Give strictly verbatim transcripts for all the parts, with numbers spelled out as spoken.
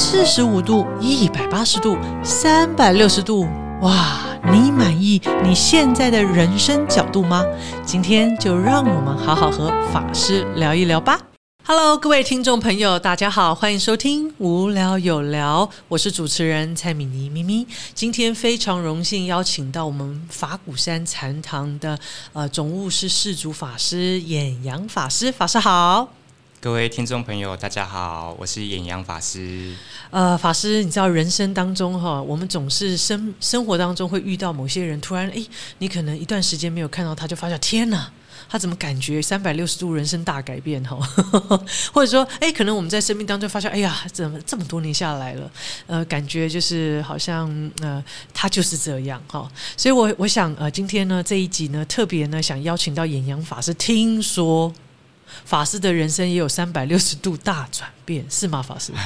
四十五度、一百八十度、三百六十度。哇，你满意你现在的人生角度吗？今天就让我们好好和法师聊一聊吧。Hello， 各位听众朋友，大家好，欢迎收听无聊有聊，我是主持人蔡米妮咪咪。今天非常荣幸邀请到我们法鼓山禅堂的呃总务师世祖法师演扬法师，法师好。 各位听众朋友，大家好，我是演扬法师。 呃，法师，你知道人生当中哈，我们总是生生活当中会遇到某些人，突然哎，你可能一段时间没有看到他，就发现天哪，他怎么感觉三百六十度人生大改变哈？或者说，哎，可能我们在生命当中发现，哎呀，怎么这么多年下来了，呃，感觉就是好像呃，他就是这样哈。所以我我想呃，今天呢这一集呢，特别呢想邀请到演扬法师，听说法师的人生也有三百六十度大转变，是吗？法师？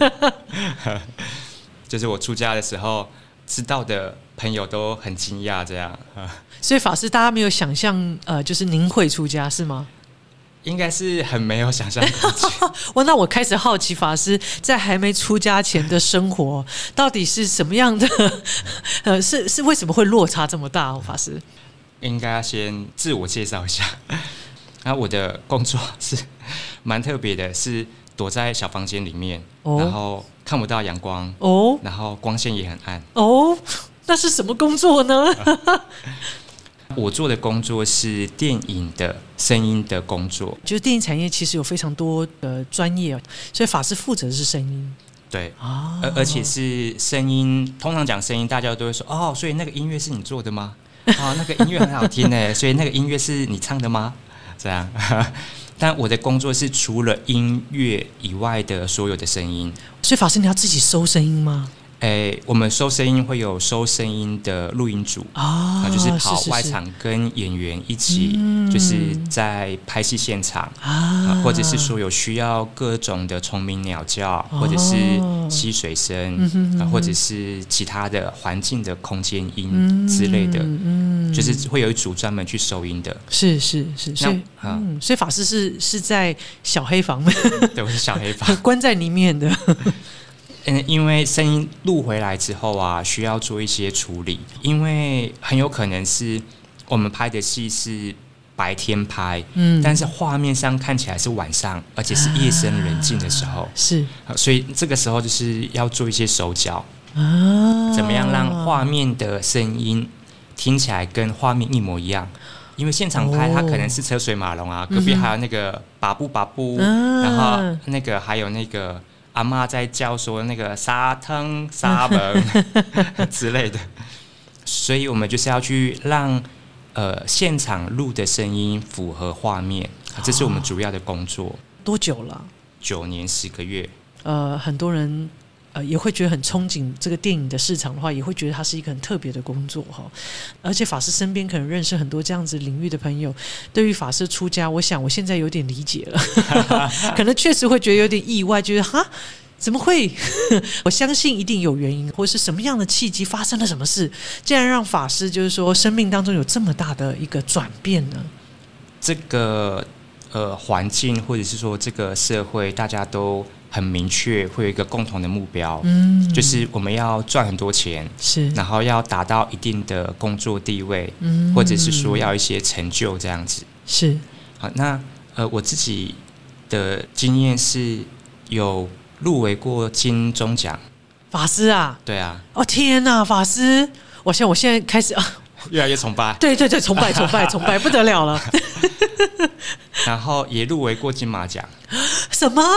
就是我出家的时候，知道的朋友都很惊讶，这样。 所以法师，大家没有想象，呃，就是您会出家是吗？ 应该是很没有想象空间。 哇，那我开始好奇，法师在还没出家前的生活到底是什么样的？呃，是是为什么会落差这么大、哦？法师应该要先自我介绍一下。然后我的工作是蛮特别的，是躲在小房间里面，哦、然后看不到阳光，哦，然后光线也很暗， 哦，那是什么工作呢？ 我做的工作是电影的声音的工作， 就是电影产业其实有非常多的专业，所以法师负责的是声音。 对，哦、而而且是声音。通常讲声音，大家都会说哦，所以那个音乐是你做的吗？哦，那个音乐很好听耶，所以那个音乐是你唱的吗？这样，但我的工作是除了音乐以外的所有的声音。 所以法师，你要自己收声音吗？ 诶，我们收声音会有收声音的录音组啊、哦，就是跑外场跟演员一起，是是是就是在拍戏现场啊，或者是说有需要各种的虫鸣鸟叫，哦、或者是溪水声、嗯啊，或者是其他的环境的空间音之类的，嗯，就是会有一组专门去收音的。 是是是，所以、嗯、所以法师是是在小黑房， 对，我是小黑房， 关在里面的。 嗯，因为声音录回来之后啊，需要做一些处理，因为很有可能是我们拍的戏是白天拍，嗯，但是画面上看起来是晚上，而且是夜深人静的时候，啊、 是， 所以这个时候就是要做一些手脚啊，怎么样让画面的声音听起来跟画面一模一样？因为现场拍它可能是车水马龙啊，哦、隔壁还有那个把布把布，嗯、然后那个还有那个。阿嬷在叫说那个沙汤沙门之类的，所以我们就是要去让呃现场录的声音符合画面，这是我们主要的工作。 多久了？ 九年十个月。 呃，很多人呃也会觉得很憧憬这个电影的市场的话，也会觉得它是一个很特别的工作哈。而且法师身边可能认识很多这样子领域的朋友，对于法师出家，我想我现在有点理解了，可能确实会觉得有点意外，觉得哈怎么会？我相信一定有原因，或是什么样的契机发生了什么事，竟然让法师就是说生命当中有这么大的一个转变呢？ 这个呃环境或者是说这个社会，大家都很明确会有一个共同的目标，嗯，就是我们要赚很多钱，是，然后要达到一定的工作地位，嗯，或者是说要一些成就这样子， 是。 好，那呃我自己的经验是有入围过金钟奖。 法师啊， 对啊， 哦天哪，法师，我现在我现在开始啊， 越来越崇拜， 对对对，崇拜崇拜崇拜不得了了。 然后也入围过金马奖。 什么？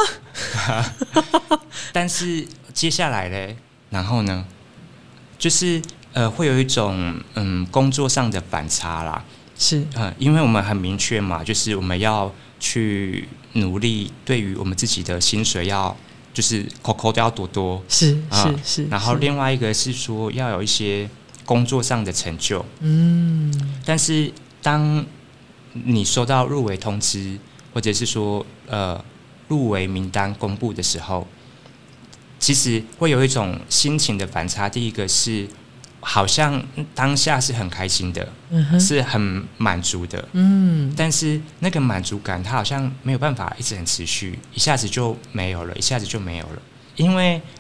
但是接下来呢？然后呢？就是呃，会有一种嗯工作上的反差啦。 是， 呃，因为我们很明确嘛，就是我们要去努力，对于我们自己的薪水要就是口口都要多多， 是是、 呃、 是。 然后另外一个是说要有一些工作上的成就，嗯。但是当你收到入围通知，或者是说呃入围名单公布的时候，其实会有一种心情的反差。第一个是好像当下是很开心的，嗯、是很满足的，嗯，但是那个满足感它好像没有办法一直很持续，一下子就没有了，一下子就没有了。因为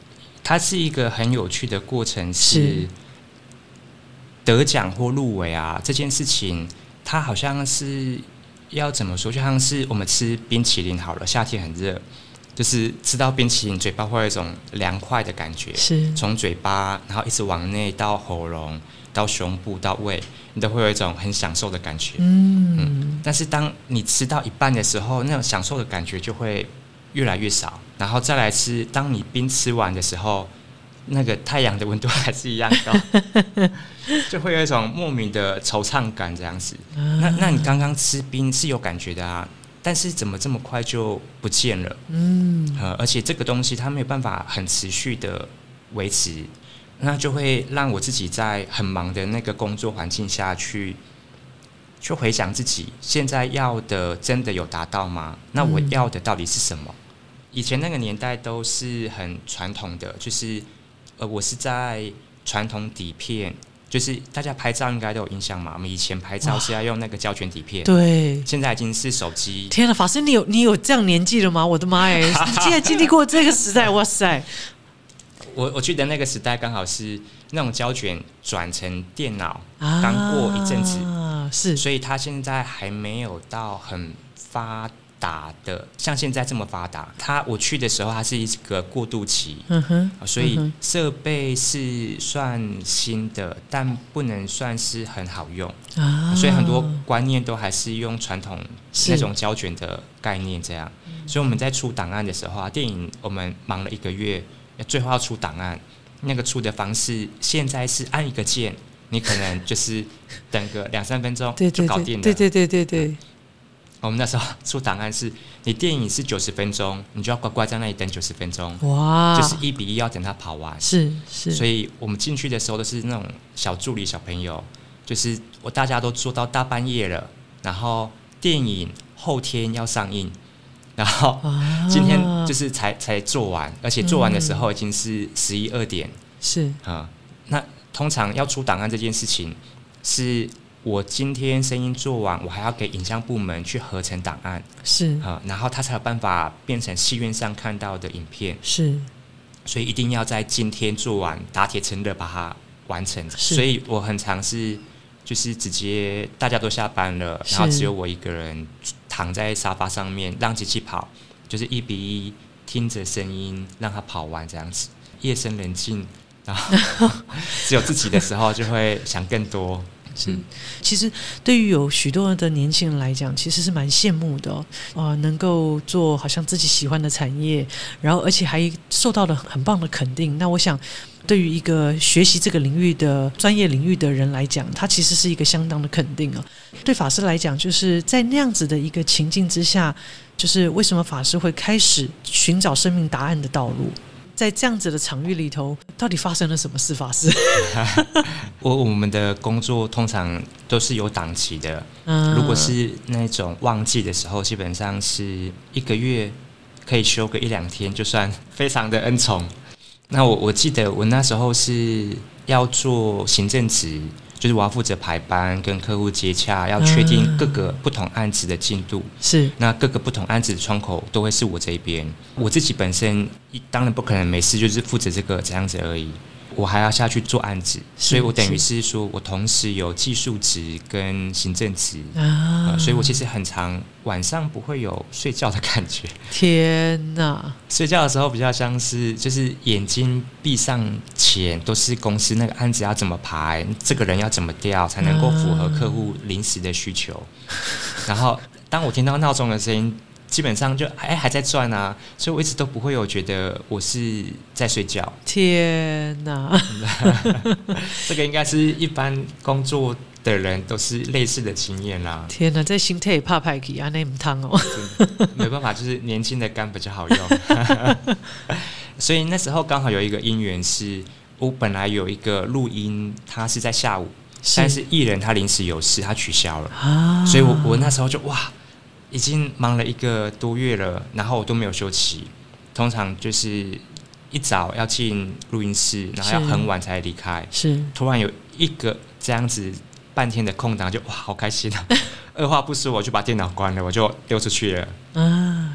它是一个很有趣的过程，是得奖或入围啊这件事情，它好像是要怎么说，就像是我们吃冰淇淋好了，夏天很热，就是吃到冰淇淋嘴巴会有一种凉快的感觉， 是从嘴巴然后一直往内到喉咙到胸部到胃，你都会有一种很享受的感觉。嗯嗯，但是当你吃到一半的时候，那种享受的感觉就会越来越少。然后再来是当你冰吃完的时候，那个太阳的温度还是一样高，就会有一种莫名的惆怅感这样子。那那你刚刚吃冰是有感觉的啊，但是怎么这么快就不见了？嗯、呃，而且这个东西它没有办法很持续的维持，那就会让我自己在很忙的那个工作环境下去，去回想自己现在要的真的有达到吗？那我要的到底是什么？嗯、以前那个年代都是很传统的，就是呃，我是在传统底片。就是大家拍照应该都有印象嘛，我们以前拍照是要用那个胶卷底片， 对， 现在已经是手机。 天哪，法师，你有你有这样年纪了吗？我的妈耶，你竟然经历过这个时代，哇塞！ 我我记得那个时代刚好是那种胶卷转成电脑刚、啊、过一阵子， 是， 所以它现在还没有到很发达的，像现在这么发达。它我去的时候，它是一个过渡期，嗯哼，所以设备是算新的，但不能算是很好用，啊、所以很多观念都还是用传统那种胶卷的概念这样。所以我们在出档案的时候啊，电影我们忙了一个月，最后要出档案，那个出的方式现在是按一个键，你可能就是等个两三分钟就搞定了。 对对对对对对。 我们那时候出档案是，你电影是九十分钟，你就要乖乖在那里等九十分钟，哇，就是一比一要等它跑完。 是是。 所以我们进去的时候都是那种小助理、小朋友，就是我大家都做到大半夜了，然后电影后天要上映，然后今天就是才才做完，而且做完的时候已经是十一二点。 是啊、嗯，那通常要出档案这件事情是。我今天声音做完，我还要给影像部门去合成档案， 是啊、呃，然后他才有办法变成戏院上看到的影片， 是， 所以一定要在今天做完，打铁趁热把它完成。所以我很常是就是直接大家都下班了，然后只有我一个人躺在沙发上面，让机器跑，就是一比一听着声音让它跑完这样子。夜深人静，然后只有自己的时候，就会想更多。 是，其实对于有许多的年轻人来讲，其实是蛮羡慕的哦，呃，能够做好像自己喜欢的产业，然后而且还受到了很棒的肯定。那我想，对于一个学习这个领域的专业领域的人来讲，它其实是一个相当的肯定哦。对法师来讲，就是在那样子的一个情境之下，就是为什么法师会开始寻找生命答案的道路？在这样子的场域里头，到底发生了什么事？法师， 我我们的工作通常都是有档期的，嗯，如果是那种旺季的时候，基本上是一个月可以休个一两天，就算非常的恩宠。那我我记得我那时候是要做行政职。就是我要负责排班，跟客户接洽，要确定各个不同案子的进度。是，那各个不同案子的窗口都会是我这一边。我自己本身当然不可能每次就是负责这个这样子而已，我还要下去做案子，所以我等于是说我同时有技术职跟行政职啊、呃，所以我其实很常晚上不会有睡觉的感觉。 天哪！ 睡觉的时候比较像是就是眼睛闭上前都是公司那个案子要怎么排，这个人要怎么调才能够符合客户临时的需求。然后当我听到闹钟的声音，基本上就哎还在转啊，所以我一直都不会有觉得我是在睡觉。 天哪！ 这个应该是一般工作的人都是类似的经验啦。 天哪，这心态也怕派去安内唔汤哦。 没办法，就是年轻的肝比较好用。所以那时候刚好有一个因缘，是我本来有一个录音，它是在下午，是但是艺人他临时有事，他取消了，啊、所以我我那时候就哇。已经忙了一个多月了，然后我都没有休息。通常就是一早要进录音室，然后要很晚才离开。是，突然有一个这样子半天的空档，就哇，好开心啊！二话不说，我就把电脑关了，我就溜出去了。啊，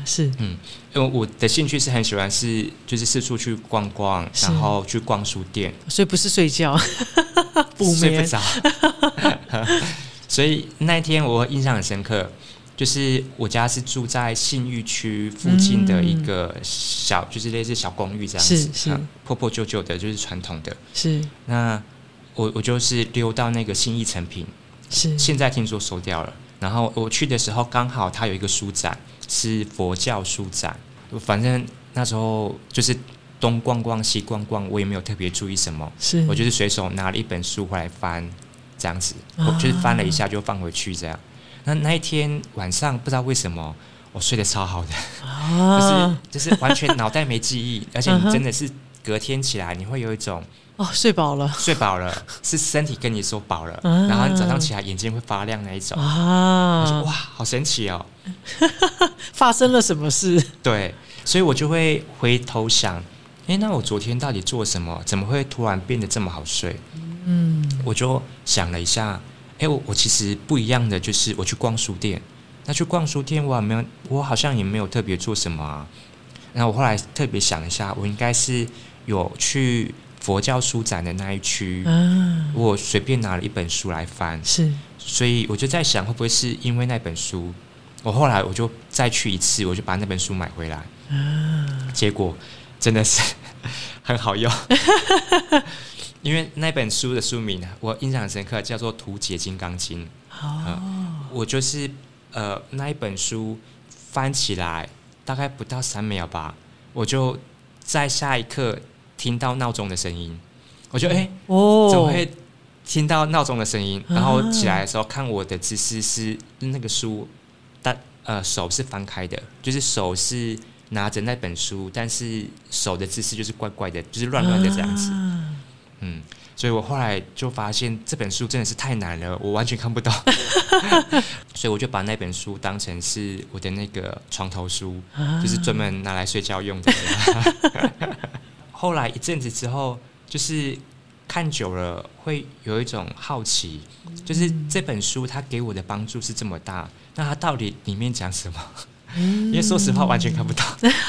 是， 嗯，因为我的兴趣是很喜欢是就是四处去逛逛，然后去逛书店， 所以不是睡觉，补眠睡不着。所以那一天我印象很深刻，就是我家是住在信义区附近的一个小，嗯、就是类似小公寓这样子， 是是、嗯、 破破旧旧的，就是传统的。 是， 那我我就是溜到那个信义诚品， 是， 现在听说收掉了。然后我去的时候刚好它有一个书展，是佛教书展，反正那时候就是东逛逛西逛逛，我也没有特别注意什么， 是我就是随手拿了一本书回来翻，这样子，我就是翻了一下就放回去这样。那那一天晚上不知道为什么我睡得超好的，啊、就是就是完全脑袋没记忆，而且你真的是隔天起来你会有一种哦睡饱了， 睡饱了，是身体跟你说饱了，啊、然后你早上起来眼睛会发亮那一种啊，我说哇好神奇哦， 发生了什么事？ 对，所以我就会回头想，哎，那我昨天到底做什么？怎么会突然变得这么好睡？嗯，我就想了一下。哎，我我其实不一样的就是我去逛书店，那去逛书店我没有，我好像也没有特别做什么啊。然后我后来特别想一下，我应该是有去佛教书展的那一区，啊、我随便拿了一本书来翻， 是， 所以我就在想，会不会是因为那本书，我后来我就再去一次，我就把那本书买回来，啊、结果真的是很好用。因为那本书的书名我印象很深刻，叫做《图解金刚经》。哦、呃，我就是呃那一本书翻起来，大概不到三秒吧，我就在下一刻听到闹钟的声音，我就哎、欸，哦，怎么会听到闹钟的声音？然后起来的时候看我的姿势是那个书，但呃手是翻开的，就是手是拿着那本书，但是手的姿势就是怪怪的，就是乱乱的这样子。啊嗯，所以我后来就发现这本书真的是太难了，我完全看不懂，所以我就把那本书当成是我的那个床头书，啊、就是专门拿来睡觉用的。后来一阵子之后，就是看久了会有一种好奇，就是这本书它给我的帮助是这么大，那它到底里面讲什么？因为说实话完全看不懂，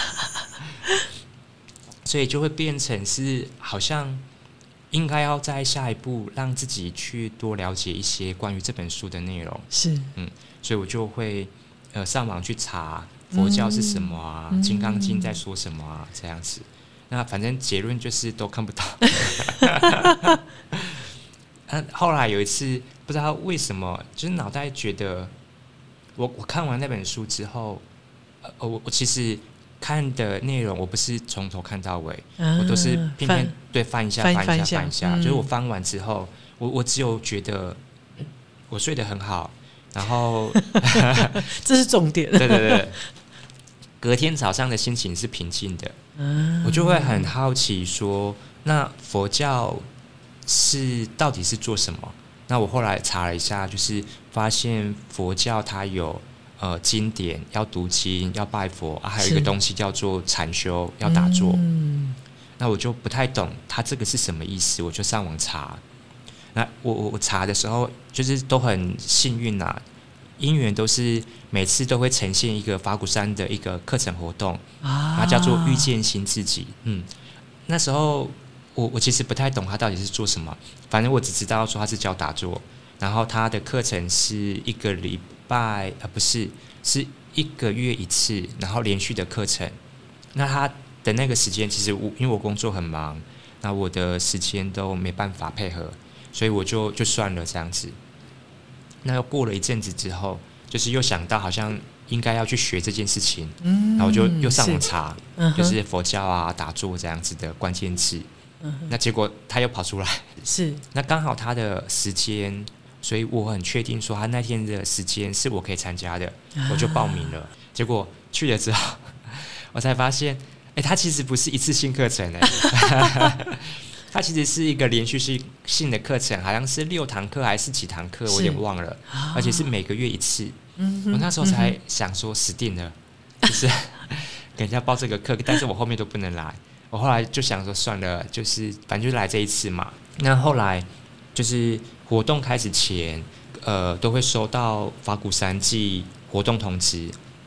所以就会变成是好像应该要在下一步让自己去多了解一些关于这本书的内容。 是， 嗯，所以我就会呃上网去查佛教是什么啊，嗯《金刚经》在说什么啊，这样子。那反正结论就是都看不懂。啊，后来有一次不知道为什么，就是脑袋觉得我我看完那本书之后，呃，我我其实。看的内容我不是从头看到尾，啊、我都是偏偏对翻一下翻一下翻一下，翻一下嗯、就是我翻完之后，我我只有觉得我睡得很好，然后这是重点。 对对对，隔天早上的心情是平静的，啊、我就会很好奇说，那佛教是到底是做什么？那我后来查了一下，就是发现佛教它有。呃，经典要读经，要拜佛啊，还有一个东西叫做禅修，要打坐。嗯，那我就不太懂它这个是什么意思，我就上网查。那我我我查的时候，就是都很幸运啊，因缘都是每次都会呈现一个法鼓山的一个课程活动啊，它叫做遇见新自己。嗯，那时候我我其实不太懂它到底是做什么，反正我只知道说它是教打坐，然后它的课程是一个礼拜。拜啊不是，是一个月一次，然后连续的课程。那他的那个时间，其实我因为我工作很忙，那我的时间都没办法配合，所以我就就算了这样子。那又过了一阵子之后，就是又想到好像应该要去学这件事情，嗯、然后我就又上网查，是就是佛教啊、打坐这样子的关键字。嗯、那结果他又跑出来， 是那刚好他的时间。所以我很确定说他那天的时间是我可以参加的，啊、我就报名了。结果去了之后，我才发现，哎、欸，它其实不是一次性课程哎，它其实是一个连续性的课程，好像是六堂课还是几堂课，我有点忘了，啊、而且是每个月一次。嗯、我那时候才想说死定了，嗯、就是给人家报这个课，但是我后面都不能来。我后来就想说算了，就是反正就来这一次嘛。那后来就是活动开始前，呃，都会收到法鼓山寄活动通知。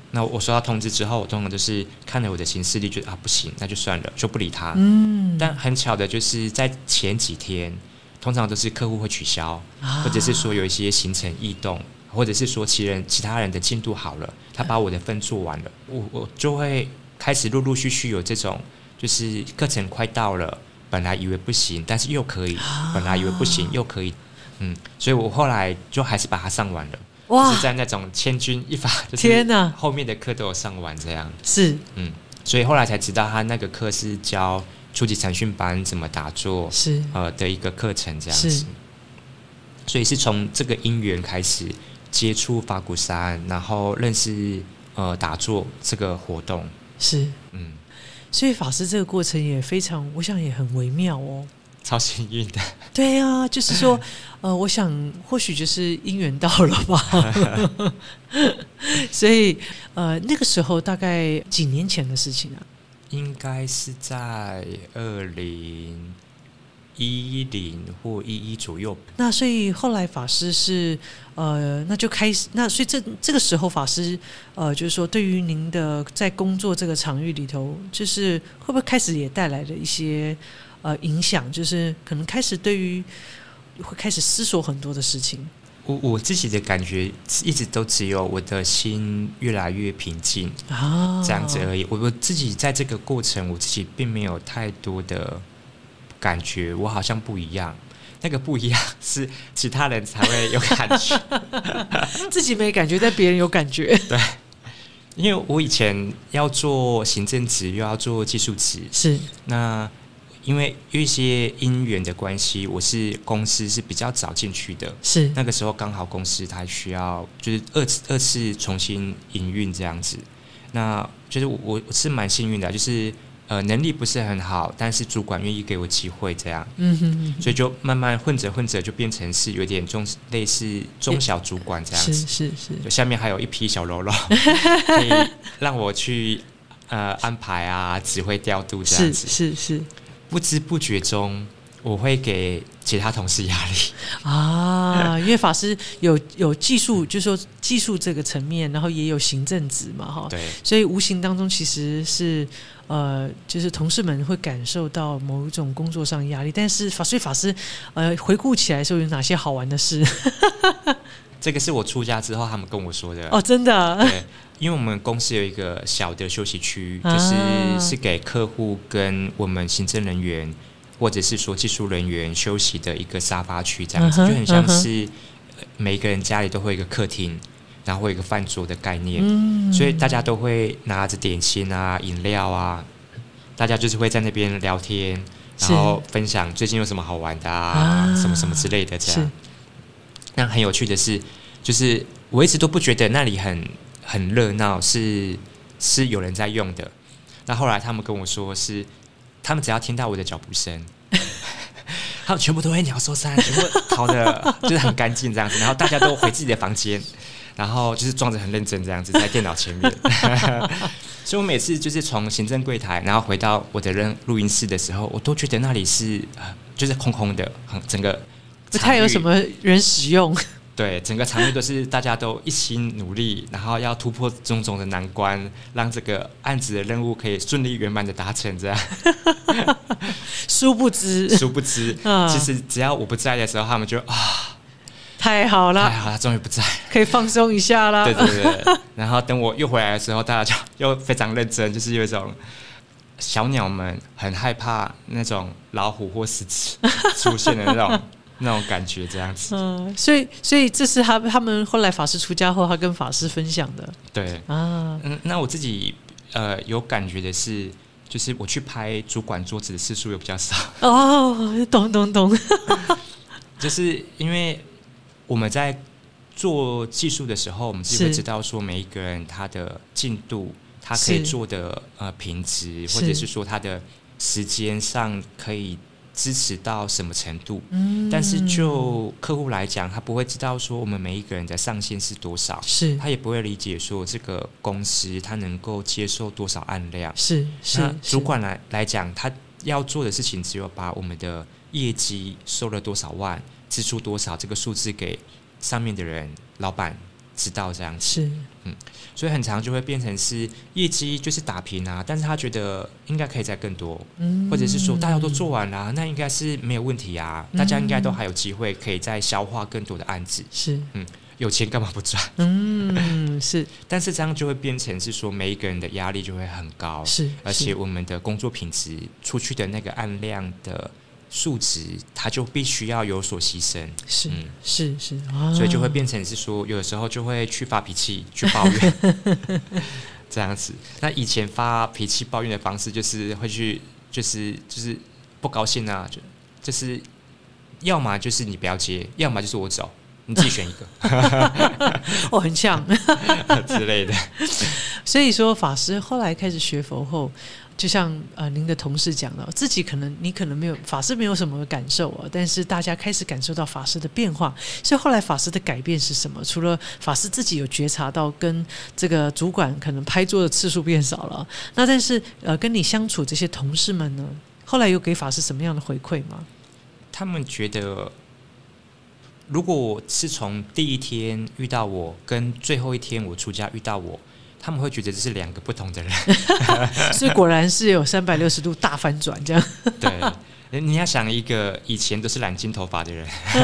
那我收到通知之后，我通常就是看了我的行事历，觉得啊不行，那就算了，就不理他。 嗯， 但很巧的就是在前几天，通常都是客户会取消，啊、或者是说有一些行程异动，或者是说其人其他人的进度好了，他把我的份做完了，我我就会开始陆陆续续有这种，就是课程快到了，本来以为不行，但是又可以，啊、本来以为不行又可以，嗯，所以我后来就还是把它上完了。哇！就是在那种千钧一发，就是后面的课都有上完这样。 是， 嗯，所以后来才知道他那个课是教初级禅训班怎么打坐， 是呃的一个课程这样子。所以是从这个因缘开始接触法鼓山，然后认识呃打坐这个活动。 是，嗯，所以法师这个过程也非常，我想也很微妙哦。 超幸运的， 对啊，就是说，呃，我想或许就是因缘到了吧，所以呃，那个时候大概几年前的事情啊， 应该是在二零一零或一一左右。 那所以后来法师是呃，那就开始，那所以这这个时候法师呃，就是说对于您的在工作这个场域里头，就是会不会开始也带来了一些。呃，影响就是可能开始对于会开始思索很多的事情。 我我自己的感觉一直都只有我的心越来越平静啊，这样子而已。我我自己在这个过程，我自己并没有太多的感觉，我好像不一样。那个不一样是其他人才会有感觉， 自己没感觉，但别人有感觉。 对。因为我以前要做行政职，又要做技术职， 是那。因为有一些因缘的关系，我是公司是比较早进去的， 是那个时候刚好公司它需要就是二次二次重新营运这样子，那就是我我是蛮幸运的，就是呃能力不是很好，但是主管愿意给我机会这样，嗯哼嗯哼，所以就慢慢混着混着就变成是有点中类似中小主管这样子， 是是是， 就下面还有一批小喽啰，可以让我去呃安排啊、指挥调度这样子， 是是是。 不知不觉中，我会给其他同事压力啊，因为法师有有技术，就是说技术这个层面，然后也有行政职嘛，哈， 对， 所以无形当中其实是呃，就是同事们会感受到某一种工作上压力，但是法所以法师呃回顾起来的时候有哪些好玩的事？ 这个是我出家之后他们跟我说的哦，真的、啊， 对。因为我们公司有一个小的休息区，就是是给客户跟我们行政人员或者是说技术人员休息的一个沙发区，这样子、uh-huh, 就很像是每一个人家里都会有一个客厅，然后会有一个饭桌的概念、嗯，所以大家都会拿着点心啊、饮料啊，大家就是会在那边聊天，然后分享最近有什么好玩的啊，啊什么什么之类的这样。那很有趣的是，就是我一直都不觉得那里很。很热闹，是是有人在用的。那后来他们跟我说是，他们只要听到我的脚步声，他们全部都会鸟兽散，全部逃的就是很干净这样子。然后大家都回自己的房间，然后就是装着很认真这样子在电脑前面。所以我每次就是从行政柜台，然后回到我的录音室的时候，我都觉得那里是就是空空的，整个不太有什么人使用。 对，整个场域都是大家都一心努力，然后要突破种种的难关，让这个案子的任务可以顺利圆满的达成。这样， 殊不知， 殊不知，嗯、其实只要我不在的时候，他们就啊， 太好了， 太好了，终于不在， 可以放松一下啦。 对对对，然后等我又回来的时候，大家就又非常认真，就是有一种小鸟们很害怕那种老虎或狮子出现的那种。那种感觉这样子， 嗯，所以所以这是他他们后来法师出家后，他跟法师分享的， 对啊，嗯，那我自己呃有感觉的是，就是我去拍主管桌子的次数又比较少哦，懂懂懂， 就是因为我们在做技术的时候，我们自己会知道说每一个人他的进度，他可以做的呃品质，或者是说他的时间上可以。支持到什么程度、嗯、但是就客户来讲，他不会知道说我们每一个人的上限是多少，是他也不会理解说这个公司他能够接受多少案量，是是那主管来来讲，他要做的事情只有把我们的业绩收了多少万，支出多少这个数字给上面的人老板知道这样子。 是， 嗯，所以很常就会变成是业绩就是打平啊，但是他觉得应该可以再更多，嗯，或者是说大家都做完了，啊，那应该是没有问题啊，大家应该都还有机会可以再消化更多的案子。 是， 嗯，有钱干嘛不赚？ 嗯，是， 但是这样就会变成是说每一个人的压力就会很高， 是， 而且我们的工作品质出去的那个案量的数值，它就必须要有所牺牲。 是，嗯，是是，啊， 所以就会变成是说，有的时候就会去发脾气，去抱怨，这样子。那以前发脾气抱怨的方式，就是会去，就是就是不高兴啊，就就是要么就是你不要接，要么就是我走。你自己选一个， 我很像之类的。 所以说，法师后来开始学佛后，就像呃您的同事讲的，自己可能你可能没有法师没有什么感受啊，但是大家开始感受到法师的变化。所以后来法师的改变是什么？除了法师自己有觉察到跟这个主管可能拍桌的次数变少了，那但是呃跟你相处这些同事们呢，后来有给法师什么样的回馈吗？ 他们觉得，如果我是从第一天遇到我，跟最后一天我出家遇到我，他们会觉得这是两个不同的人。 所以果然是有三百六十度大翻转这样。 对，你要想一个以前都是染金头发的人，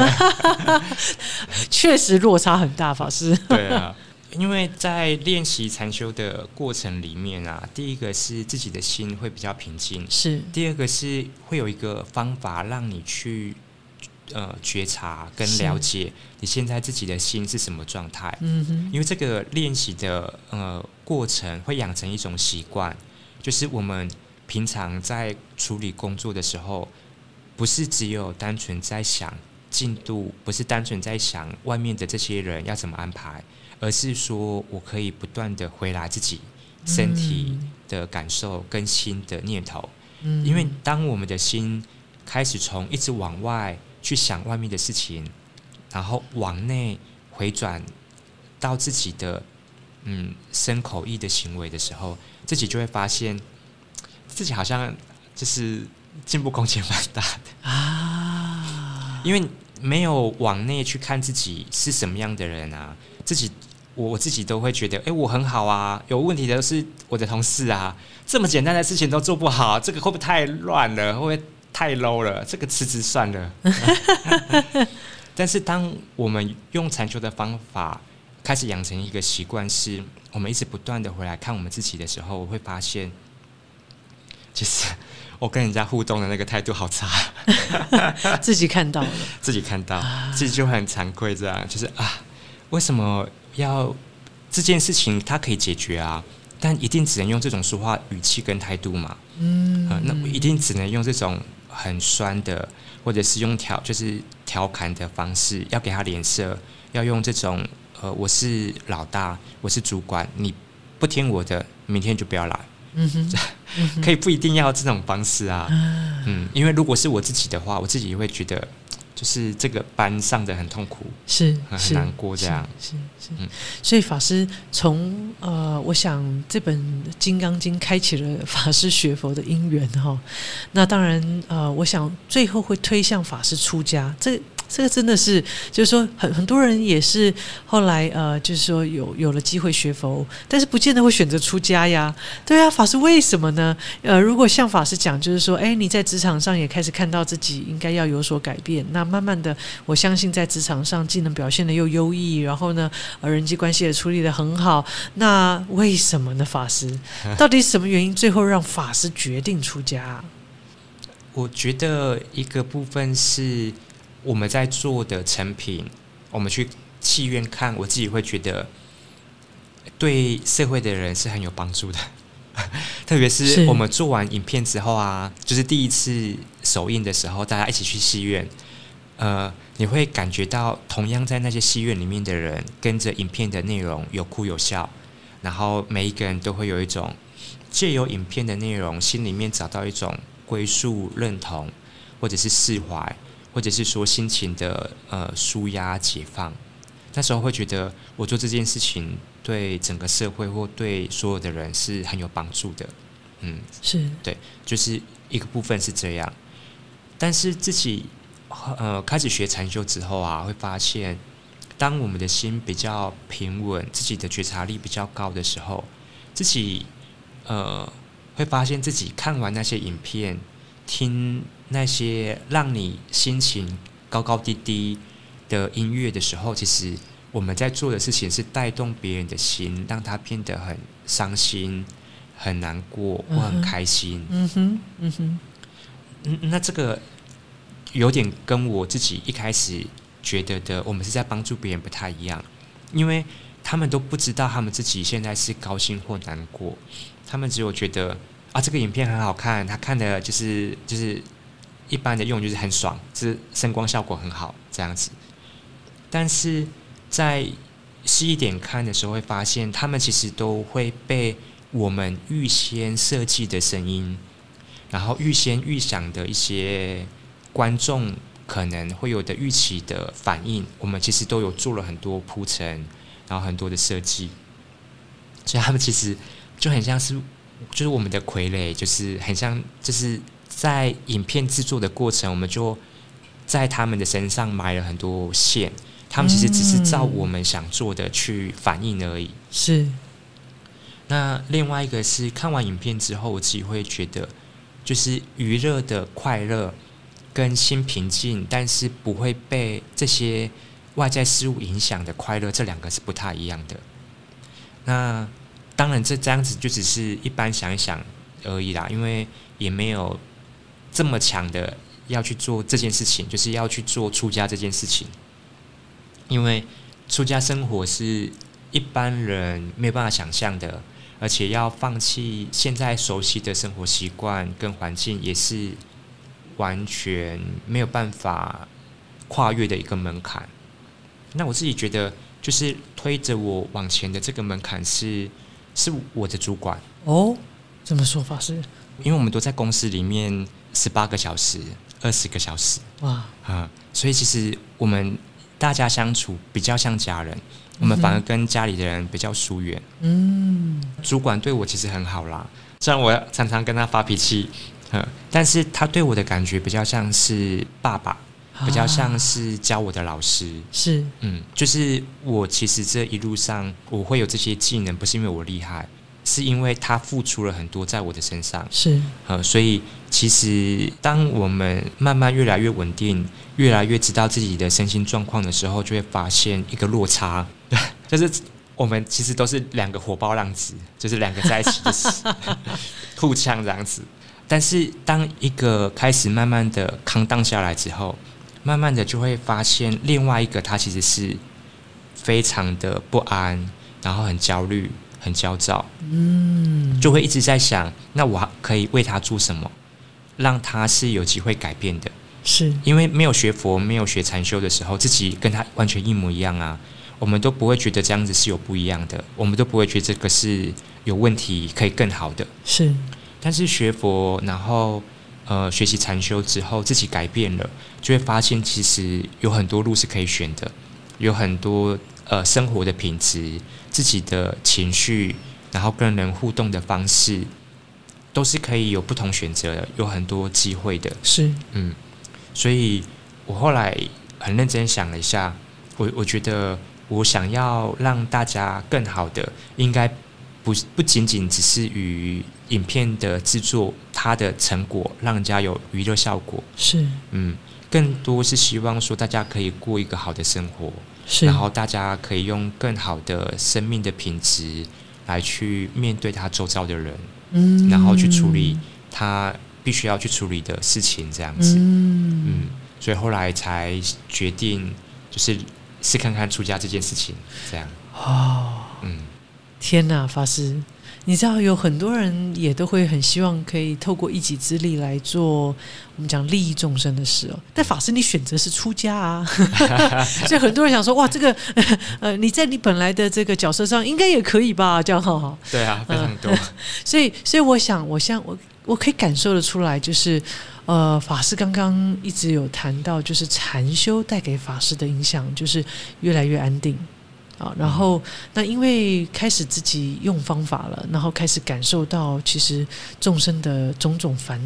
确实落差很大，法师。 对啊，因为在练习禅修的过程里面啊，第一个是自己的心会比较平静， 是；第二个是会有一个方法让你去。呃，觉察跟了解你现在自己的心是什么状态，嗯哼，因为这个练习的呃过程会养成一种习惯，就是我们平常在处理工作的时候，不是只有单纯在想进度，不是单纯在想外面的这些人要怎么安排，而是说我可以不断的回来自己身体的感受跟心的念头，嗯，因为当我们的心开始从一直往外去想外面的事情，然后往内回转到自己的嗯身口意的行为的时候，自己就会发现自己好像就是进步空间蛮大的啊，因为没有往内去看自己是什么样的人啊，自己我我自己都会觉得，哎，我很好啊，有问题的是我的同事啊，这么简单的事情都做不好，这个会不会太乱了？会不会太 low 了，这个辞职算了。但是当我们用禅修的方法开始养成一个习惯，是我们一直不断的回来看我们自己的时候，我会发现，其实我跟人家互动的那个态度好差。 自己看到了， 自己看到，自己就很惭愧，这样就是啊，为什么要这件事情它可以解决啊？但一定只能用这种说话语气跟态度嘛？嗯，呃、那一定只能用这种很酸的，或者是用调就是调侃的方式，要给他脸色，要用这种呃，我是老大，我是主管，你不听我的，明天就不要来。嗯哼，嗯哼可以不一定要这种方式啊。嗯，因为如果是我自己的话，我自己也会觉得。就是这个班上的很痛苦， 是很难过，这样是 是, 是, 是、嗯。所以法师从呃，我想这本《金刚经》开启了法师学佛的因缘哈。那当然呃，我想最后会推向法师出家，这这个真的是就是说很很多人也是后来呃，就是说有有了机会学佛，但是不见得会选择出家呀。对啊，法师为什么呢？呃，如果像法师讲，就是说，哎，你在职场上也开始看到自己应该要有所改变，那慢慢的，我相信在职场上技能表现的又优异，然后呢，呃，人际关系也处理的很好。那为什么呢？法师到底是什么原因，最后让法师决定出家？ 我觉得一个部分是我们在做的成品，我们去戏院看，我自己会觉得对社会的人是很有帮助的。特别是我们做完影片之后啊，就是第一次首映的时候，大家一起去戏院。呃，你会感觉到同样在那些戏院里面的人跟着影片的内容有哭有笑，然后每一个人都会有一种藉由影片的内容心里面找到一种归宿认同，或者是释怀，或者是说心情的呃抒压解放。那时候会觉得我做这件事情对整个社会或对所有的人是很有帮助的。嗯， 是对，就是一个部分是这样。但是自己呃开始学禅修之后啊，会发现当我们的心比较平稳，自己的觉察力比较高的时候，自己呃会发现自己看完那些影片，听那些让你心情高高低低的音乐的时候，其实我们在做的事情是带动别人的心，让他变得很伤心、很难过或很开心。 嗯哼，嗯哼， 嗯，那这个有点跟我自己一开始觉得的我们是在帮助别人不太一样，因为他们都不知道他们自己现在是高兴或难过，他们只有觉得啊这个影片很好看，他看的就是就是一般的用就是很爽，就是声光效果很好这样子。但是在细一点看的时候，会发现他们其实都会被我们预先设计的声音，然后预先预想的一些观众可能会有的预期的反应，我们其实都有做了很多铺陈，然后很多的设计，所以他们其实就很像是，就是我们的傀儡，就是很像，就是在影片制作的过程，我们就在他们的身上埋了很多线，他们其实只是照我们想做的去反应而已。 是。 那另外一个是看完影片之后，我自己会觉得，就是娱乐的快乐跟心平静，但是不会被这些外在事物影响的快乐，这两个是不太一样的。那当然，这这样子就只是一般想一想而已啦，因为也没有这么强的要去做这件事情，就是要去做出家这件事情。因为出家生活是一般人没有办法想象的，而且要放弃现在熟悉的生活习惯跟环境，也是完全没有办法跨越的一个门槛。那我自己觉得，就是推着我往前的这个门槛是是我的主管。 哦，怎么说法是？ 因为我们都在公司里面十八个小时、二十个小时，哇啊、嗯，所以其实我们大家相处比较像家人，我们反而跟家里的人比较疏远。嗯，主管对我其实很好啦，虽然我常常跟他发脾气，嗯，但是他对我的感觉比较像是爸爸。比较像是教我的老师。 是， 嗯，就是我其实这一路上我会有这些技能，不是因为我厉害，是因为他付出了很多在我的身上。 是， 呃，所以其实当我们慢慢越来越稳定，越来越知道自己的身心状况的时候，就会发现一个落差，就是我们其实都是两个火爆浪子，就是两个在一起就是互呛这样子。但是当一个开始慢慢的扛荡下来之后，慢慢的就会发现另外一个他其实是非常的不安，然后很焦虑、很焦躁，嗯，就会一直在想，那我可以为他做什么，让他是有机会改变的。 是因为没有学佛、没有学禅修的时候，自己跟他完全一模一样啊，我们都不会觉得这样子是有不一样的，我们都不会觉得这个是有问题，可以更好的。 是， 但是学佛，然后呃，学习禅修之后，自己改变了，就会发现其实有很多路是可以选的，有很多呃生活的品质、自己的情绪，然后跟人互动的方式，都是可以有不同选择的，有很多机会的。 是， 嗯，所以我后来很认真想了一下，我我觉得我想要让大家更好的，应该不不仅仅只是于影片的制作，它的成果让人家有娱乐效果， 是， 嗯，更多是希望说大家可以过一个好的生活， 是， 然后大家可以用更好的生命的品质来去面对他周遭的人，嗯，然后去处理他必须要去处理的事情，这样子，嗯，嗯，所以后来才决定就是试看看出家这件事情，这样， 哦，嗯。天哪，法师，你知道有很多人也都会很希望可以透过一己之力来做我们讲利益众生的事哦。但法师你选择是出家啊，所以很多人想说哇，这个呃你在你本来的这个角色上应该也可以吧？这样哈。 对啊，非常多。 呃、所以所以我想，我想我我可以感受得出来，就是呃法师刚刚一直有谈到，就是禅修带给法师的影响，就是越来越安定。啊，然后那因为开始自己用方法了，然后开始感受到其实众生的种种烦恼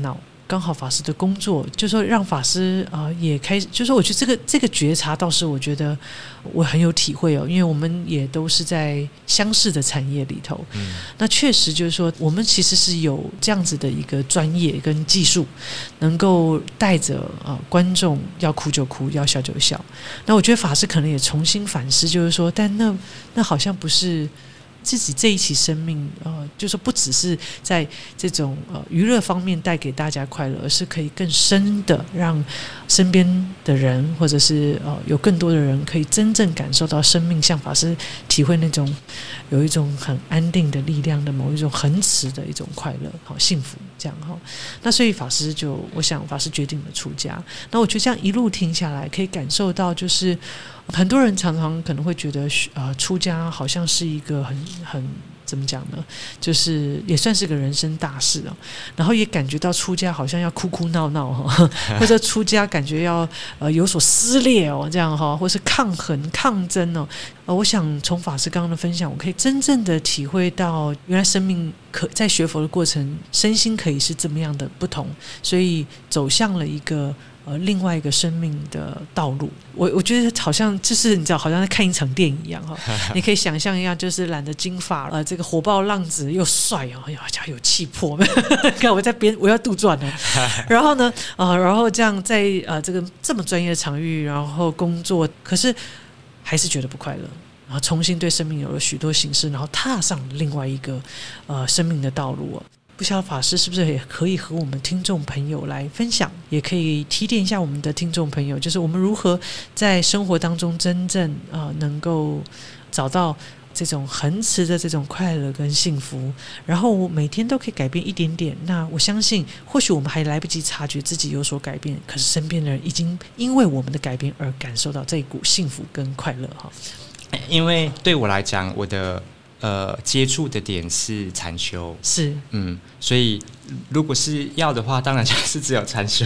刚好法师的工作，就说让法师啊、呃、也开始，就说我觉得这个这个觉察倒是我觉得我很有体会哦，因为我们也都是在相似的产业里头，嗯，那确实就是说我们其实是有这样子的一个专业跟技术，能够带着啊、呃、观众要哭就哭，要笑就笑。那我觉得法师可能也重新反思，就是说，但那那好像不是自己这一期生命，呃，就是不只是在这种呃娱乐方面带给大家快乐，而是可以更深的让身边的人，或者是呃有更多的人可以真正感受到生命，像法师体会那种有一种很安定的力量的某一种恒持的一种快乐，好幸福这样哈。那所以法师就，我想法师决定了出家。那我觉得这样一路听下来，可以感受到就是。很多人常常可能会觉得，呃，出家好像是一个很很怎么讲呢？就是也算是个人生大事哦。然后也感觉到出家好像要哭哭闹闹哈，或者出家感觉要呃有所撕裂哦，这样哈，或是抗衡抗争哦。呃，我想从法师刚刚的分享，我可以真正的体会到，原来生命可在学佛的过程，身心可以是这么样的不同，所以走向了一个。呃，另外一个生命的道路，我我觉得好像就是你知道，好像在看一场电影一样哈。你可以想象一下，就是染着金发，呃，这个火爆浪子又帅哦，哎呀，有气魄。看我在编，我要杜撰了。然后呢，呃，然后这样在呃这个这么专业的场域，然后工作，可是还是觉得不快乐。然后重新对生命有了许多形式，然后踏上另外一个呃生命的道路哦。不晓得法师是不是也可以和我们听众朋友来分享，也可以提点一下我们的听众朋友，就是我们如何在生活当中真正呃能够找到这种恒持的这种快乐跟幸福，然后每天都可以改变一点点。那我相信，或许我们还来不及察觉自己有所改变，可是身边的人已经因为我们的改变而感受到这一股幸福跟快乐哈。 因为对我来讲，我的。呃，接触的点是禅修， 是， 嗯，所以如果是要的话，当然就是只有禅修，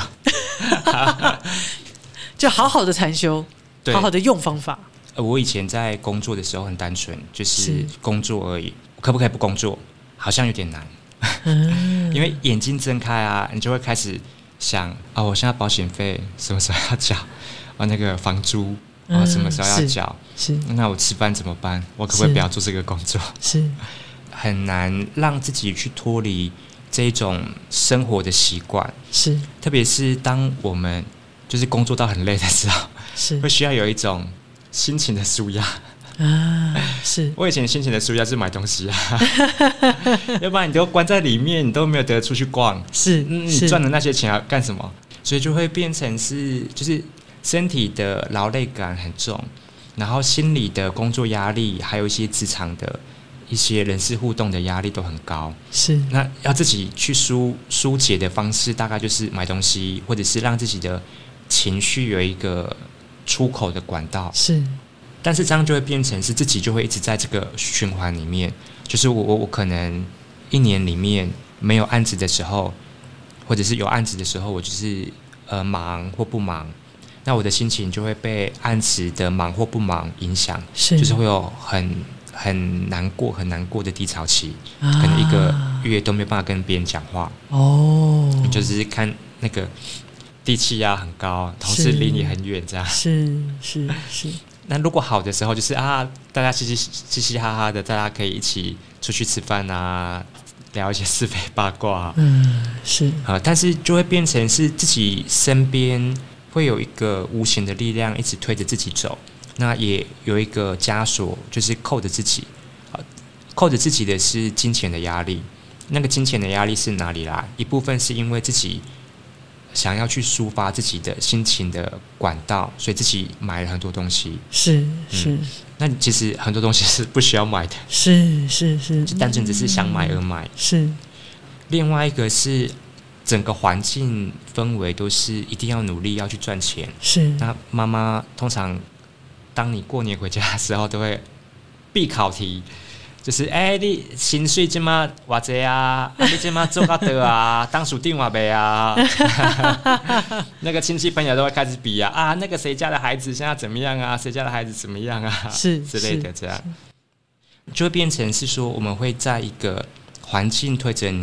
就好好的禅修，好好的用方法。 呃，我以前在工作的时候很单纯，就是工作而已，可不可以不工作？好像有点难，嗯、因为眼睛睁开啊，你就会开始想啊，我现在保险费什么时候要缴？啊，那个房租。啊，什么时候要缴？ 是， 那我吃饭怎么办？我可不可以不要做这个工作？ 是， 很难让自己去脱离这种生活的习惯。 是， 特别是当我们就是工作到很累的时候， 是会需要有一种心情的抒压啊。是， 我以前心情的抒压是买东西啊，要不然你都关在里面，你都没有得出去逛。 是， 嗯，你赚的那些钱要干什么？所以就会变成是就是。身体的劳累感很重，然后心理的工作压力，还有一些职场的一些人事互动的压力都很高。 是， 那要自己去疏疏解的方式，大概就是买东西，或者是让自己的情绪有一个出口的管道。 是， 但是这样就会变成是自己就会一直在这个循环里面，就是我我我可能一年里面没有案子的时候，或者是有案子的时候，我就是呃忙或不忙。那我的心情就会被案子的忙或不忙影响， 是就是会有很很难过、很难过的低潮期，啊、可能一个月都没有办法跟别人讲话。 哦， 你就是看那个地气压很高，同事离你很远，这样是是是。 那如果好的时候，就是啊，大家嘻嘻嘻嘻哈哈的，大家可以一起出去吃饭啊，聊一些是非八卦。 嗯，是啊，但是就会变成是自己身边。会有一个无形的力量一直推着自己走，那也有一个枷锁，就是扣着自己，扣着自己的是金钱的压力。那个金钱的压力是哪里来？一部分是因为自己想要去抒发自己的心情的管道，所以自己买了很多东西。 是是、嗯， 那其实很多东西是不需要买的。 是是是， 就单纯只是想买而买。 是。 另外一个是。整个环境氛围都是一定要努力要去赚钱。 是。 那妈妈通常，当你过年回家的时候，都会必考题，就是哎、欸，你薪水今嘛偌济啊？啊你今嘛做到得啊？当属定话没啊？那个亲戚朋友都会开始比啊啊，那个谁家的孩子现在怎么样啊？谁家的孩子怎么样啊？ 是之类的，这样就会变成是说，我们会在一个环境推着你。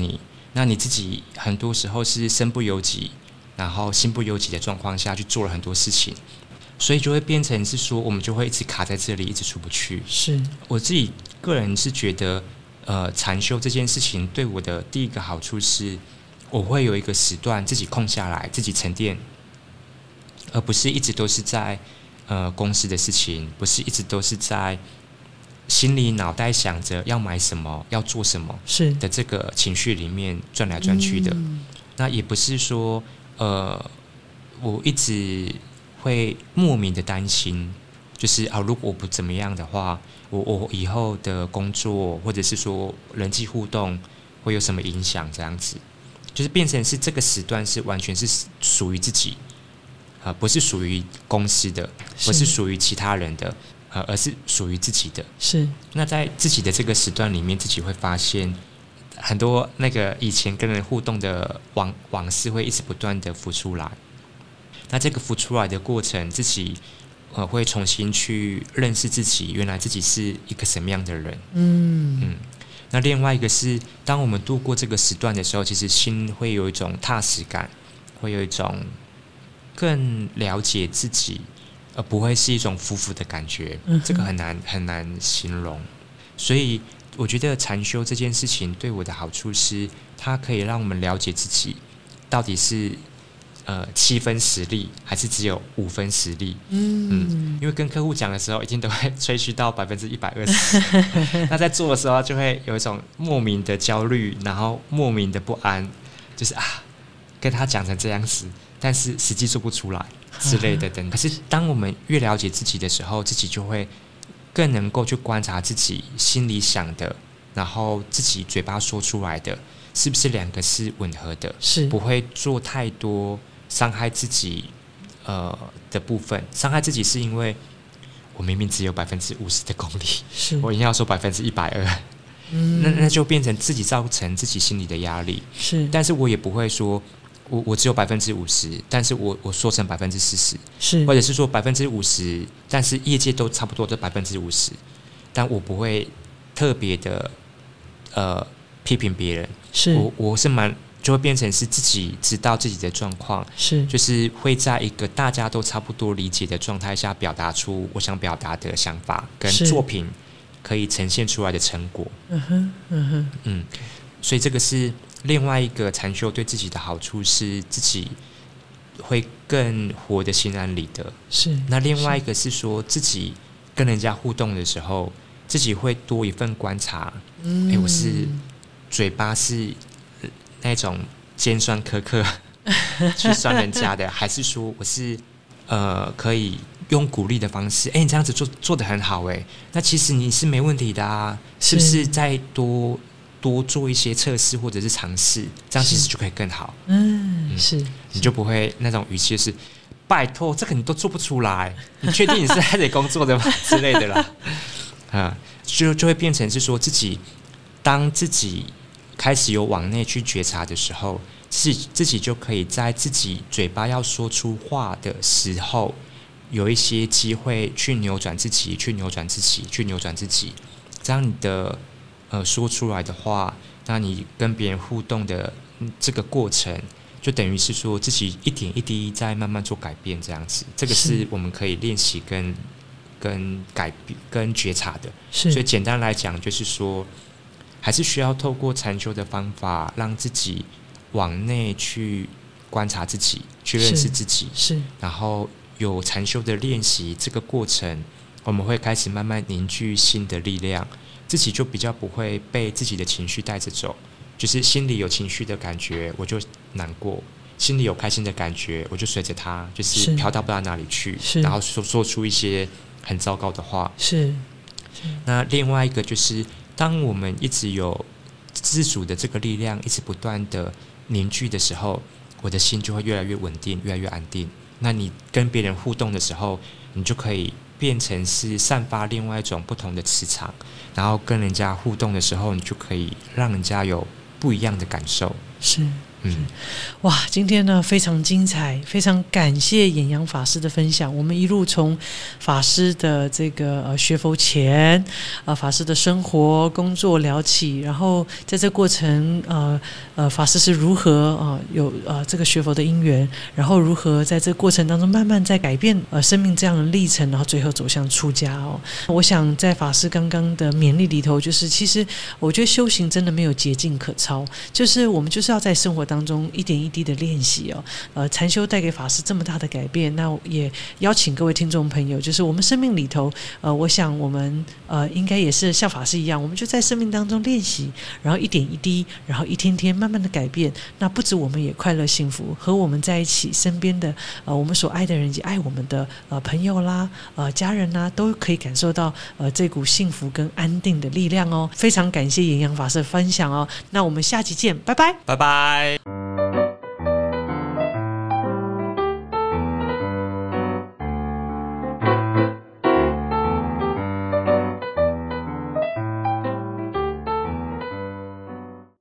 那你自己很多时候是身不由己，然后心不由己的状况下去做了很多事情，所以就会变成是说，我们就会一直卡在这里，一直出不去。 是我自己个人是觉得，呃，禅修这件事情对我的第一个好处是，我会有一个时段自己空下来，自己沉淀，而不是一直都是在呃公司的事情，不是一直都是在心里脑袋想着要买什么、要做什么是的这个情绪里面转来转去的。 嗯、 那也不是说呃，我一直会莫名的担心，就是啊，如果我不怎么样的话，我我以后的工作或者是说人际互动会有什么影响？这样子，就是变成是这个时段是完全是属于自己，呃，不是属于公司的，不是属于其他人的，呃，而是属于自己的。 是。 那在自己的这个时段里面，自己会发现很多那个以前跟人互动的往往事会一直不断的浮出来。那这个浮出来的过程，自己呃会重新去认识自己，原来自己是一个什么样的人。嗯嗯。那另外一个是，当我们度过这个时段的时候，其实心会有一种踏实感，会有一种更了解自己，而不会是一种浮浮的感觉。嗯、这个很难很难形容。所以我觉得禅修这件事情对我的好处是，它可以让我们了解自己到底是呃七分实力，还是只有五分实力。嗯, 嗯，因为跟客户讲的时候，一定都会吹嘘到百分之一百二十。那在做的时候，就会有一种莫名的焦虑，然后莫名的不安，就是啊，跟他讲成这样子，但是实际做不出来之类的等。可是当我们越了解自己的时候，自己就会更能够去观察自己心里想的，然后自己嘴巴说出来的，是不是两个是吻合的？ 是不会做太多伤害自己呃的部分。伤害自己是因为我明明只有百分之五十的功力，是我一定要说百分之一百二，那那就变成自己造成自己心里的压力。是，但是我也不会说我我只有百分之五十，但是我我说成百分之四十，是，或者是说百分之五十，但是业界都差不多的百分之五十，但我不会特别的呃批评别人。是，我我是蛮就会变成是自己知道自己的状况，是，就是会在一个大家都差不多理解的状态下，表达出我想表达的想法跟作品可以呈现出来的成果。嗯哼，嗯哼，嗯，所以这个是另外一个禅修对自己的好处，是自己会更活得心安理得。是，那另外一个是说自己跟人家互动的时候，自己会多一份观察。嗯，哎、欸，我是嘴巴是那种尖酸苛刻去酸人家的，还是说我是呃可以用鼓励的方式？哎、欸，你这样子做做得很好、欸，哎，那其实你是没问题的啊，是不是再多多做一些测试或者是尝试，这样其实就可以更好。嗯，嗯是，你就不会那种语气是拜托，这个你都做不出来，你确定你是在这里工作的吗之类的啦？啊，就就会变成是说自己当自己开始有往内去觉察的时候，自己自己就可以在自己嘴巴要说出话的时候，有一些机会去扭转自己，去扭转自己，去扭转自己。这样你的呃说出来的话，那你跟别人互动的这个过程，就等于是说自己一点一滴在慢慢做改变，这样子。这个是我们可以练习跟跟改变跟觉察的。所以简单来讲，就是说，还是需要透过禅修的方法，让自己往内去观察自己，去认识自己。是，然后有禅修的练习，这个过程，我们会开始慢慢凝聚新的力量，自己就比较不会被自己的情绪带着走。就是心里有情绪的感觉，我就难过；心里有开心的感觉，我就随着它，就是飘到不知道哪里去，然后说说出一些很糟糕的话。是。那另外一个就是，当我们一直有自主的这个力量，一直不断的凝聚的时候，我的心就会越来越稳定，越来越安定。那你跟别人互动的时候，你就可以变成是散发另外一种不同的磁场，然后跟人家互动的时候，你就可以让人家有不一样的感受。是， 嗯， 哇，今天呢非常精彩，非常感谢演扬法师的分享。我们一路从法师的这个呃学佛前，呃法师的生活工作聊起，然后在这过程呃呃法师是如何呃有呃这个学佛的因缘，然后如何在这个过程当中慢慢在改变呃生命这样的历程，然后最后走向出家哦。我想在法师刚刚的勉励里头，就是其实我觉得修行真的没有捷径可抄，就是我们就是要在生活当中一点一滴的练习哦。呃，禅修带给法师这么大的改变，那也邀请各位听众朋友，就是我们生命里头，呃，我想我们呃应该也是像法师一样，我们就在生命当中练习，然后一点一滴，然后一天天慢慢的改变。那不止我们也快乐幸福，和我们在一起身边的呃我们所爱的人以及爱我们的呃朋友啦、呃家人啦，都可以感受到呃这股幸福跟安定的力量哦。非常感谢演扬法师的分享哦。那我们下期见，拜拜， 拜拜。